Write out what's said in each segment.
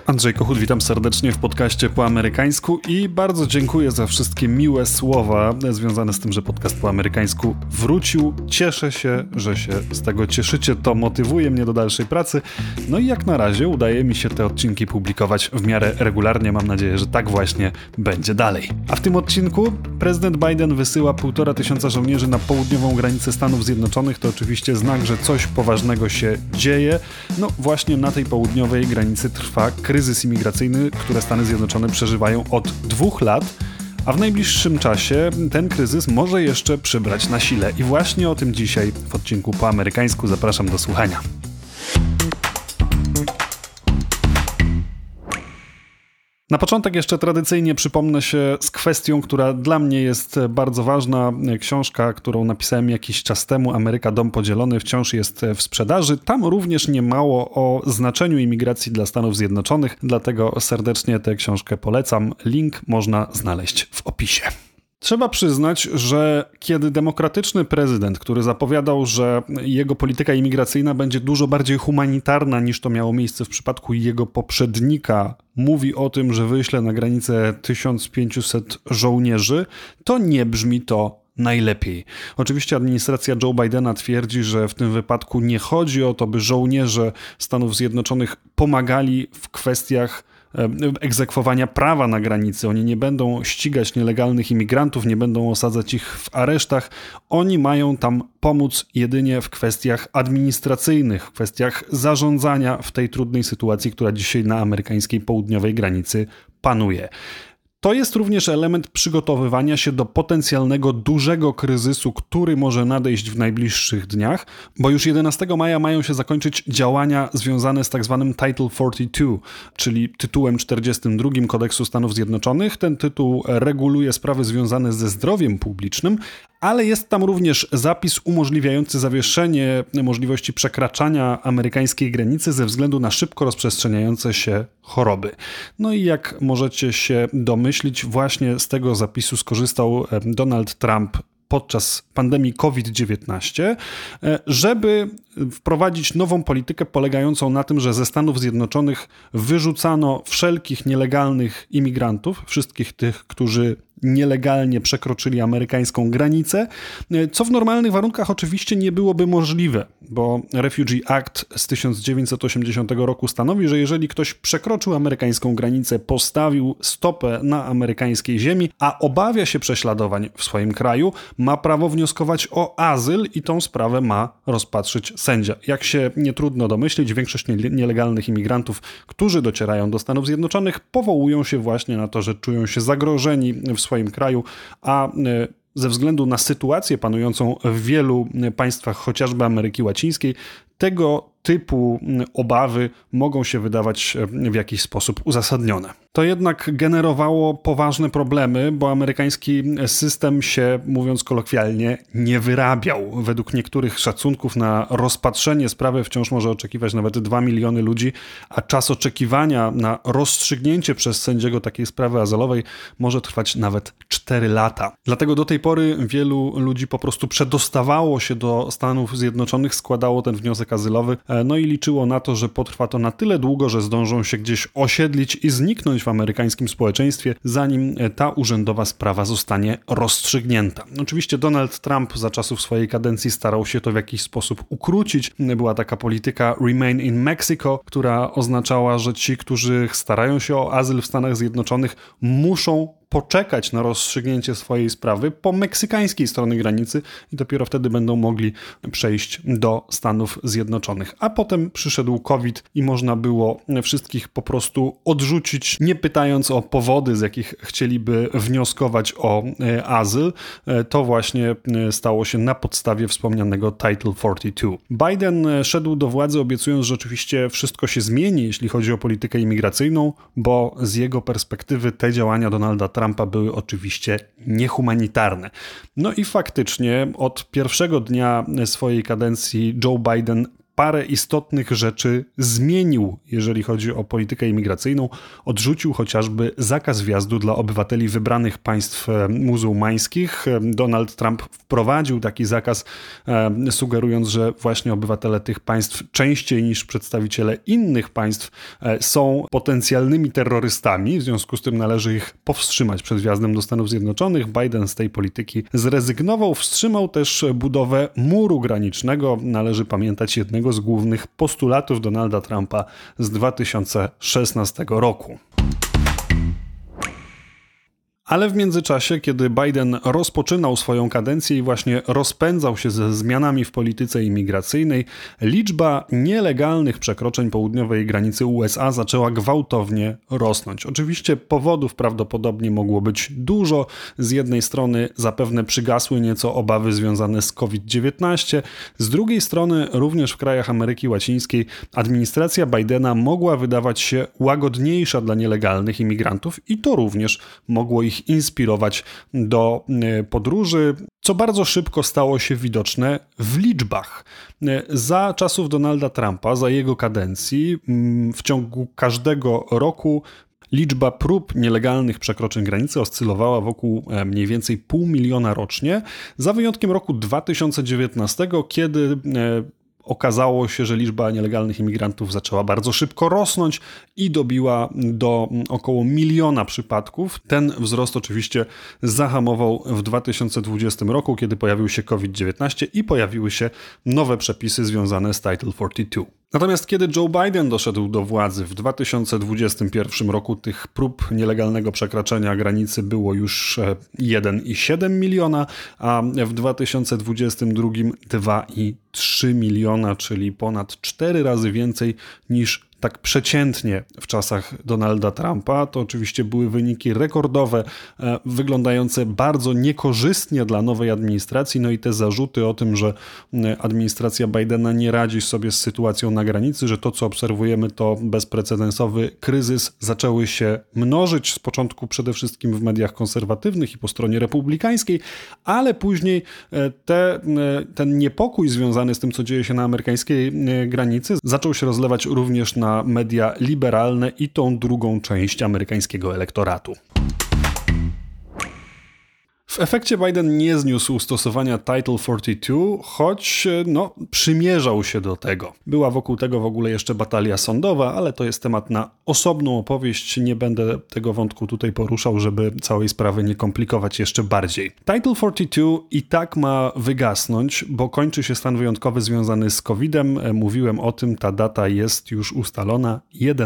Andrzej Kochut, witam serdecznie w podcaście Po Amerykańsku i bardzo dziękuję za wszystkie miłe słowa związane z tym, że podcast Po Amerykańsku wrócił. Cieszę się, że się z tego cieszycie, to motywuje mnie do dalszej pracy. No i jak na razie udaje mi się te odcinki publikować w miarę regularnie. Mam nadzieję, że tak właśnie będzie dalej. A w tym odcinku prezydent Biden wysyła 1500 żołnierzy na południową granicę Stanów Zjednoczonych. To oczywiście znak, że coś poważnego się dzieje. No właśnie na tej południowej granicy trwa kryzys imigracyjny, który Stany Zjednoczone przeżywają od 2 lat, a w najbliższym czasie ten kryzys może jeszcze przybrać na sile. I właśnie o tym dzisiaj w odcinku Po Amerykańsku. Zapraszam do słuchania. Na początek jeszcze tradycyjnie przypomnę się z kwestią, która dla mnie jest bardzo ważna. Książka, którą napisałem jakiś czas temu, Ameryka Dom Podzielony, wciąż jest w sprzedaży. Tam również nie mało o znaczeniu imigracji dla Stanów Zjednoczonych, dlatego serdecznie tę książkę polecam. Link można znaleźć w opisie. Trzeba przyznać, że kiedy demokratyczny prezydent, który zapowiadał, że jego polityka imigracyjna będzie dużo bardziej humanitarna niż to miało miejsce w przypadku jego poprzednika, mówi o tym, że wyśle na granicę 1500 żołnierzy, to nie brzmi to najlepiej. Oczywiście administracja Joe Bidena twierdzi, że w tym wypadku nie chodzi o to, by żołnierze Stanów Zjednoczonych pomagali w kwestiach egzekwowania prawa na granicy. Oni nie będą ścigać nielegalnych imigrantów, nie będą osadzać ich w aresztach. Oni mają tam pomóc jedynie w kwestiach administracyjnych, w kwestiach zarządzania w tej trudnej sytuacji, która dzisiaj na amerykańskiej południowej granicy panuje. To jest również element przygotowywania się do potencjalnego dużego kryzysu, który może nadejść w najbliższych dniach, bo już 11 maja mają się zakończyć działania związane z tak zwanym Title 42, czyli tytułem 42 Kodeksu Stanów Zjednoczonych. Ten tytuł reguluje sprawy związane ze zdrowiem publicznym, ale jest tam również zapis umożliwiający zawieszenie możliwości przekraczania amerykańskiej granicy ze względu na szybko rozprzestrzeniające się choroby. No i jak możecie się domyślić, właśnie z tego zapisu skorzystał Donald Trump podczas pandemii COVID-19, żeby wprowadzić nową politykę polegającą na tym, że ze Stanów Zjednoczonych wyrzucano wszelkich nielegalnych imigrantów, wszystkich tych, którzy nielegalnie przekroczyli amerykańską granicę, co w normalnych warunkach oczywiście nie byłoby możliwe, bo Refugee Act z 1980 roku stanowi, że jeżeli ktoś przekroczył amerykańską granicę, postawił stopę na amerykańskiej ziemi, a obawia się prześladowań w swoim kraju, ma prawo wnioskować o azyl i tą sprawę ma rozpatrzyć sędzia. Jak się nie trudno domyślić, większość nielegalnych imigrantów, którzy docierają do Stanów Zjednoczonych, powołują się właśnie na to, że czują się zagrożeni w swoim kraju, a ze względu na sytuację panującą w wielu państwach, chociażby Ameryki Łacińskiej, tego typu obawy mogą się wydawać w jakiś sposób uzasadnione. To jednak generowało poważne problemy, bo amerykański system się, mówiąc kolokwialnie, nie wyrabiał. Według niektórych szacunków na rozpatrzenie sprawy wciąż może oczekiwać nawet 2 miliony ludzi, a czas oczekiwania na rozstrzygnięcie przez sędziego takiej sprawy azylowej może trwać nawet 4 lata. Dlatego do tej pory wielu ludzi po prostu przedostawało się do Stanów Zjednoczonych, składało ten wniosek azylowy, no i liczyło na to, że potrwa to na tyle długo, że zdążą się gdzieś osiedlić i zniknąć w amerykańskim społeczeństwie, zanim ta urzędowa sprawa zostanie rozstrzygnięta. Oczywiście Donald Trump za czasów swojej kadencji starał się to w jakiś sposób ukrócić. Była taka polityka Remain in Mexico, która oznaczała, że ci, którzy starają się o azyl w Stanach Zjednoczonych, muszą poczekać na rozstrzygnięcie swojej sprawy po meksykańskiej stronie granicy i dopiero wtedy będą mogli przejść do Stanów Zjednoczonych. A potem przyszedł COVID i można było wszystkich po prostu odrzucić, nie pytając o powody, z jakich chcieliby wnioskować o azyl. To właśnie stało się na podstawie wspomnianego Title 42. Biden szedł do władzy obiecując, że oczywiście wszystko się zmieni, jeśli chodzi o politykę imigracyjną, bo z jego perspektywy te działania Donalda Trumpa były oczywiście niehumanitarne. No i faktycznie od pierwszego dnia swojej kadencji Joe Biden parę istotnych rzeczy zmienił, jeżeli chodzi o politykę imigracyjną. Odrzucił chociażby zakaz wjazdu dla obywateli wybranych państw muzułmańskich. Donald Trump wprowadził taki zakaz, sugerując, że właśnie obywatele tych państw częściej niż przedstawiciele innych państw są potencjalnymi terrorystami. W związku z tym należy ich powstrzymać przed wjazdem do Stanów Zjednoczonych. Biden z tej polityki zrezygnował. Wstrzymał też budowę muru granicznego. Należy pamiętać jednego z głównych postulatów Donalda Trumpa z 2016 roku. Ale w międzyczasie, kiedy Biden rozpoczynał swoją kadencję i właśnie rozpędzał się ze zmianami w polityce imigracyjnej, liczba nielegalnych przekroczeń południowej granicy USA zaczęła gwałtownie rosnąć. Oczywiście powodów prawdopodobnie mogło być dużo. Z jednej strony zapewne przygasły nieco obawy związane z COVID-19, z drugiej strony również w krajach Ameryki Łacińskiej administracja Bidena mogła wydawać się łagodniejsza dla nielegalnych imigrantów i to również mogło ich inspirować do podróży, co bardzo szybko stało się widoczne w liczbach. Za czasów Donalda Trumpa, za jego kadencji, w ciągu każdego roku liczba prób nielegalnych przekroczeń granicy oscylowała wokół mniej więcej 500 000 rocznie, za wyjątkiem roku 2019, kiedy okazało się, że liczba nielegalnych imigrantów zaczęła bardzo szybko rosnąć i dobiła do około 1 miliona przypadków. Ten wzrost oczywiście zahamował w 2020 roku, kiedy pojawił się COVID-19 i pojawiły się nowe przepisy związane z Title 42. Natomiast kiedy Joe Biden doszedł do władzy w 2021 roku, tych prób nielegalnego przekraczania granicy było już 1,7 miliona, a w 2022 2,3 miliona, czyli ponad 4 razy więcej niż tak przeciętnie w czasach Donalda Trumpa. To oczywiście były wyniki rekordowe, wyglądające bardzo niekorzystnie dla nowej administracji. No i te zarzuty o tym, że administracja Bidena nie radzi sobie z sytuacją na granicy, że to, co obserwujemy, to bezprecedensowy kryzys, zaczęły się mnożyć z początku przede wszystkim w mediach konserwatywnych i po stronie republikańskiej, ale później ten niepokój związany z tym, co dzieje się na amerykańskiej granicy, zaczął się rozlewać również na media liberalne i tą drugą część amerykańskiego elektoratu. W efekcie Biden nie zniósł stosowania Title 42, choć przymierzał się do tego. Była wokół tego w ogóle jeszcze batalia sądowa, ale to jest temat na osobną opowieść. Nie będę tego wątku tutaj poruszał, żeby całej sprawy nie komplikować jeszcze bardziej. Title 42 i tak ma wygasnąć, bo kończy się stan wyjątkowy związany z COVID-em. Mówiłem o tym, ta data jest już ustalona,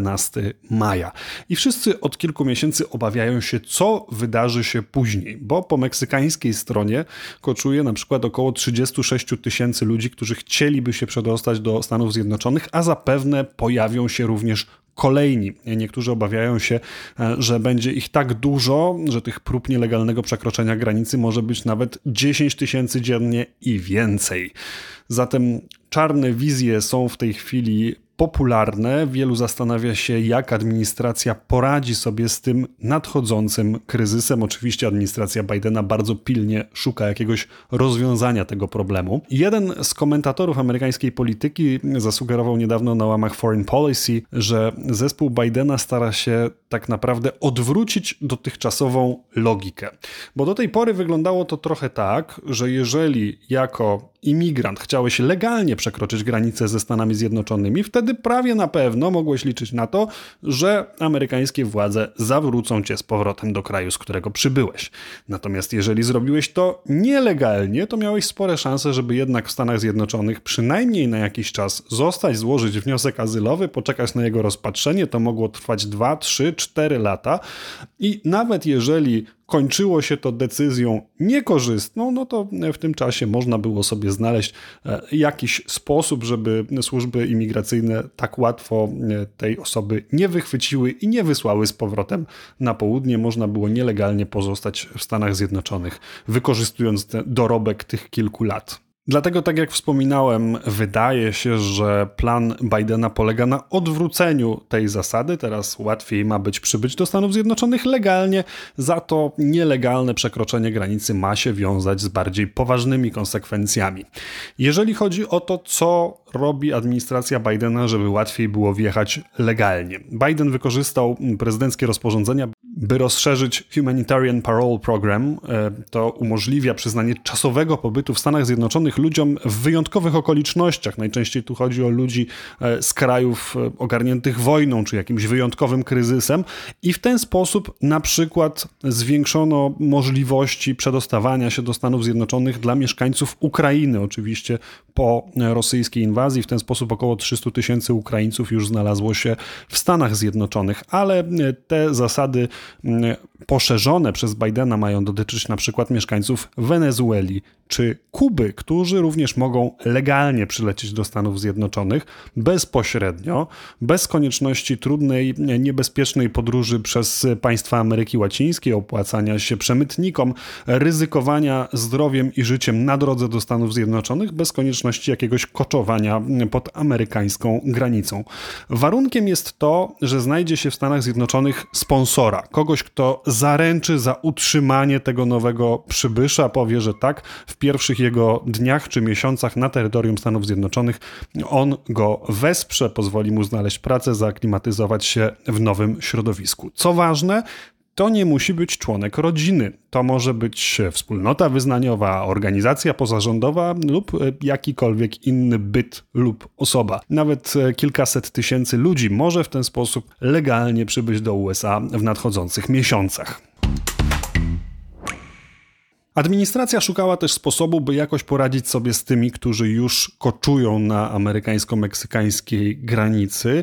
11 maja. I wszyscy od kilku miesięcy obawiają się, co wydarzy się później, bo po meksykańskiej stronie koczuje na przykład około 36 000 ludzi, którzy chcieliby się przedostać do Stanów Zjednoczonych, a zapewne pojawią się również kolejni. Niektórzy obawiają się, że będzie ich tak dużo, że tych prób nielegalnego przekroczenia granicy może być nawet 10 000 dziennie i więcej. Zatem czarne wizje są w tej chwili popularne. Wielu zastanawia się, jak administracja poradzi sobie z tym nadchodzącym kryzysem. Oczywiście administracja Bidena bardzo pilnie szuka jakiegoś rozwiązania tego problemu. Jeden z komentatorów amerykańskiej polityki zasugerował niedawno na łamach Foreign Policy, że zespół Bidena stara się tak naprawdę odwrócić dotychczasową logikę. Bo do tej pory wyglądało to trochę tak, że jeżeli jako imigrant chciałeś legalnie przekroczyć granicę ze Stanami Zjednoczonymi, wtedy prawie na pewno mogłeś liczyć na to, że amerykańskie władze zawrócą cię z powrotem do kraju, z którego przybyłeś. Natomiast jeżeli zrobiłeś to nielegalnie, to miałeś spore szanse, żeby jednak w Stanach Zjednoczonych przynajmniej na jakiś czas zostać, złożyć wniosek azylowy, poczekać na jego rozpatrzenie. To mogło trwać 2, 3, 4 lata i nawet jeżeli kończyło się to decyzją niekorzystną, no to w tym czasie można było sobie znaleźć jakiś sposób, żeby służby imigracyjne tak łatwo tej osoby nie wychwyciły i nie wysłały z powrotem na południe. Można było nielegalnie pozostać w Stanach Zjednoczonych, wykorzystując dorobek tych kilku lat. Dlatego, tak jak wspominałem, wydaje się, że plan Bidena polega na odwróceniu tej zasady. Teraz łatwiej ma być przybyć do Stanów Zjednoczonych legalnie, za to nielegalne przekroczenie granicy ma się wiązać z bardziej poważnymi konsekwencjami. Jeżeli chodzi o to, co robi administracja Bidena, żeby łatwiej było wjechać legalnie. Biden wykorzystał prezydenckie rozporządzenia, by rozszerzyć Humanitarian Parole Program. To umożliwia przyznanie czasowego pobytu w Stanach Zjednoczonych ludziom w wyjątkowych okolicznościach. Najczęściej tu chodzi o ludzi z krajów ogarniętych wojną czy jakimś wyjątkowym kryzysem i w ten sposób na przykład zwiększono możliwości przedostawania się do Stanów Zjednoczonych dla mieszkańców Ukrainy, oczywiście po rosyjskiej inwazji. W ten sposób około 300 000 Ukraińców już znalazło się w Stanach Zjednoczonych, ale te zasady poszerzone przez Bidena mają dotyczyć na przykład mieszkańców Wenezueli czy Kuby, którzy również mogą legalnie przylecieć do Stanów Zjednoczonych bezpośrednio, bez konieczności trudnej, niebezpiecznej podróży przez państwa Ameryki Łacińskiej, opłacania się przemytnikom, ryzykowania zdrowiem i życiem na drodze do Stanów Zjednoczonych, bez konieczności jakiegoś koczowania pod amerykańską granicą. Warunkiem jest to, że znajdzie się w Stanach Zjednoczonych sponsora, kogoś, kto zaręczy za utrzymanie tego nowego przybysza, powie, że tak, w pierwszych jego dniach czy miesiącach na terytorium Stanów Zjednoczonych on go wesprze, pozwoli mu znaleźć pracę, zaaklimatyzować się w nowym środowisku. Co ważne, to nie musi być członek rodziny. To może być wspólnota wyznaniowa, organizacja pozarządowa lub jakikolwiek inny byt lub osoba. Nawet kilkaset tysięcy ludzi może w ten sposób legalnie przybyć do USA w nadchodzących miesiącach. Administracja szukała też sposobu, by jakoś poradzić sobie z tymi, którzy już koczują na amerykańsko-meksykańskiej granicy,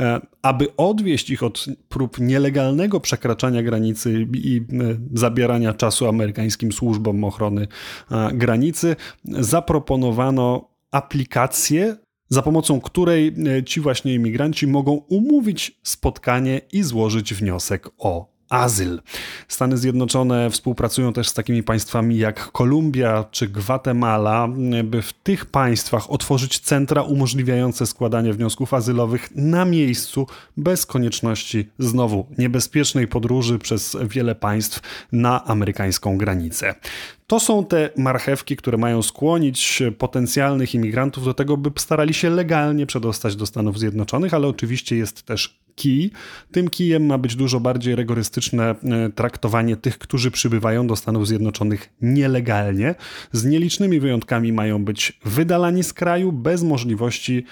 aby odwieść ich od prób nielegalnego przekraczania granicy i zabierania czasu amerykańskim służbom ochrony granicy. Zaproponowano aplikację, za pomocą której ci właśnie imigranci mogą umówić spotkanie i złożyć wniosek o azyl. Stany Zjednoczone współpracują też z takimi państwami jak Kolumbia czy Gwatemala, by w tych państwach otworzyć centra umożliwiające składanie wniosków azylowych na miejscu, bez konieczności znowu niebezpiecznej podróży przez wiele państw na amerykańską granicę. To są te marchewki, które mają skłonić potencjalnych imigrantów do tego, by starali się legalnie przedostać do Stanów Zjednoczonych, ale oczywiście jest też kij. Tym kijem ma być dużo bardziej rygorystyczne traktowanie tych, którzy przybywają do Stanów Zjednoczonych nielegalnie. Z nielicznymi wyjątkami mają być wydalani z kraju bez możliwości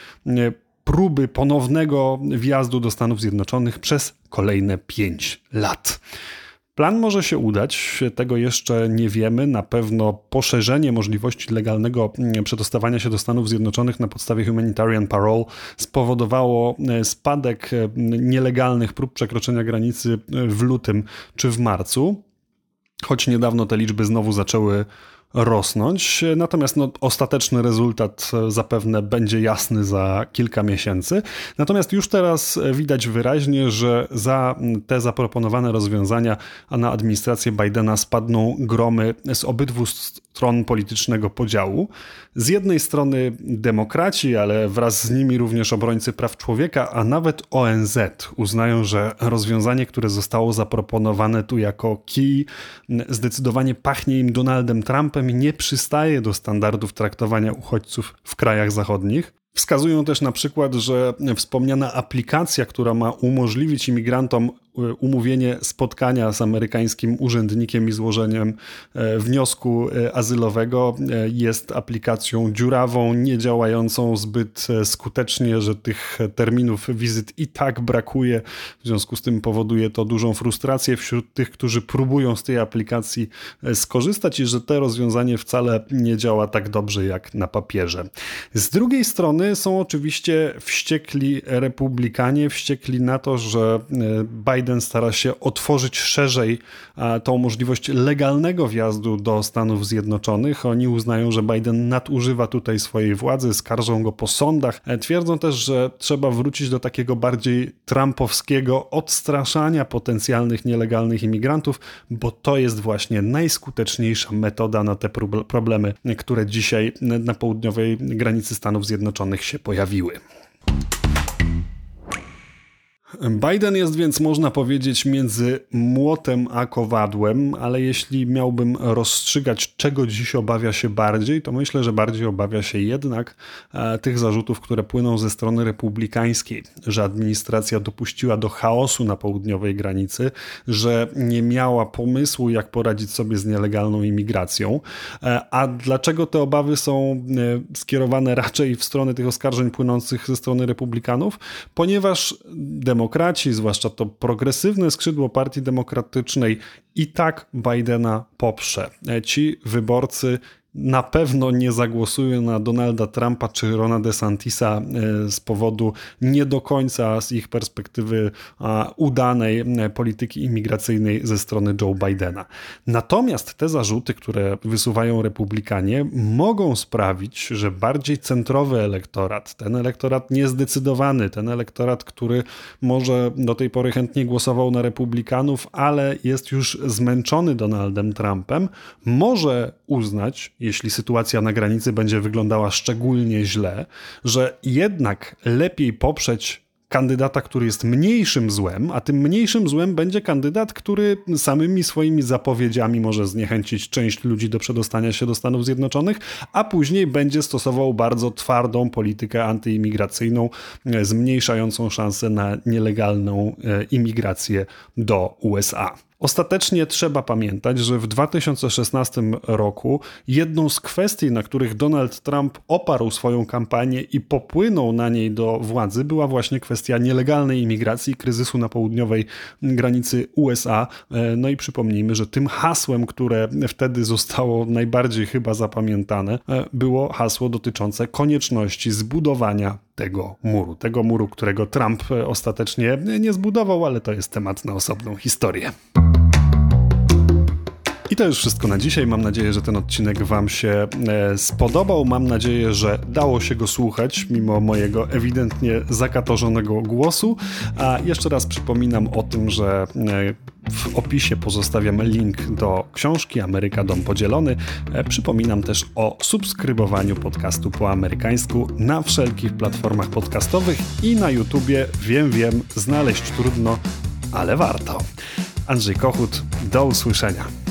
próby ponownego wjazdu do Stanów Zjednoczonych przez kolejne 5 lat. Plan może się udać, tego jeszcze nie wiemy. Na pewno poszerzenie możliwości legalnego przedostawania się do Stanów Zjednoczonych na podstawie Humanitarian Parole spowodowało spadek nielegalnych prób przekroczenia granicy w lutym czy w marcu, choć niedawno te liczby znowu zaczęły rosnąć, natomiast ostateczny rezultat zapewne będzie jasny za kilka miesięcy. Natomiast już teraz widać wyraźnie, że za te zaproponowane rozwiązania na administrację Bidena spadną gromy z obydwu stron politycznego podziału. Z jednej strony demokraci, ale wraz z nimi również obrońcy praw człowieka, a nawet ONZ uznają, że rozwiązanie, które zostało zaproponowane tu jako kij, zdecydowanie pachnie im Donaldem Trumpem i nie przystaje do standardów traktowania uchodźców w krajach zachodnich. Wskazują też na przykład, że wspomniana aplikacja, która ma umożliwić imigrantom umówienie spotkania z amerykańskim urzędnikiem i złożeniem wniosku azylowego, jest aplikacją dziurawą, niedziałającą zbyt skutecznie, że tych terminów wizyt i tak brakuje. W związku z tym powoduje to dużą frustrację wśród tych, którzy próbują z tej aplikacji skorzystać i że to rozwiązanie wcale nie działa tak dobrze jak na papierze. Z drugiej strony są oczywiście wściekli republikanie, wściekli na to, że Biden Biden stara się otworzyć szerzej tą możliwość legalnego wjazdu do Stanów Zjednoczonych. Oni uznają, że Biden nadużywa tutaj swojej władzy, skarżą go po sądach. Twierdzą też, że trzeba wrócić do takiego bardziej trumpowskiego odstraszania potencjalnych nielegalnych imigrantów, bo to jest właśnie najskuteczniejsza metoda na te problemy, które dzisiaj na południowej granicy Stanów Zjednoczonych się pojawiły. Biden jest więc, można powiedzieć, między młotem a kowadłem, ale jeśli miałbym rozstrzygać, czego dziś obawia się bardziej, to myślę, że bardziej obawia się jednak tych zarzutów, które płyną ze strony republikańskiej, że administracja dopuściła do chaosu na południowej granicy, że nie miała pomysłu, jak poradzić sobie z nielegalną imigracją. A dlaczego te obawy są skierowane raczej w stronę tych oskarżeń płynących ze strony republikanów? Ponieważ demokraci, zwłaszcza to progresywne skrzydło Partii Demokratycznej, i tak Bidena poprze. Ci wyborcy na pewno nie zagłosują na Donalda Trumpa czy Rona DeSantisa z powodu nie do końca z ich perspektywy udanej polityki imigracyjnej ze strony Joe Bidena. Natomiast te zarzuty, które wysuwają republikanie, mogą sprawić, że bardziej centrowy elektorat, ten elektorat niezdecydowany, ten elektorat, który może do tej pory chętnie głosował na republikanów, ale jest już zmęczony Donaldem Trumpem, może uznać, jeśli sytuacja na granicy będzie wyglądała szczególnie źle, że jednak lepiej poprzeć kandydata, który jest mniejszym złem, a tym mniejszym złem będzie kandydat, który samymi swoimi zapowiedziami może zniechęcić część ludzi do przedostania się do Stanów Zjednoczonych, a później będzie stosował bardzo twardą politykę antyimigracyjną, zmniejszającą szanse na nielegalną imigrację do USA. Ostatecznie trzeba pamiętać, że w 2016 roku jedną z kwestii, na których Donald Trump oparł swoją kampanię i popłynął na niej do władzy, była właśnie kwestia nielegalnej imigracji, kryzysu na południowej granicy USA. No i przypomnijmy, że tym hasłem, które wtedy zostało najbardziej chyba zapamiętane, było hasło dotyczące konieczności zbudowania tego muru, którego Trump ostatecznie nie zbudował, ale to jest temat na osobną historię. I to już wszystko na dzisiaj. Mam nadzieję, że ten odcinek Wam się spodobał. Mam nadzieję, że dało się go słuchać, mimo mojego ewidentnie zakatorzonego głosu. A jeszcze raz przypominam o tym, że w opisie pozostawiam link do książki Ameryka Dom Podzielony. Przypominam też o subskrybowaniu podcastu po amerykańsku na wszelkich platformach podcastowych i na YouTubie. Wiem, znaleźć trudno, ale warto. Andrzej Kochut, do usłyszenia.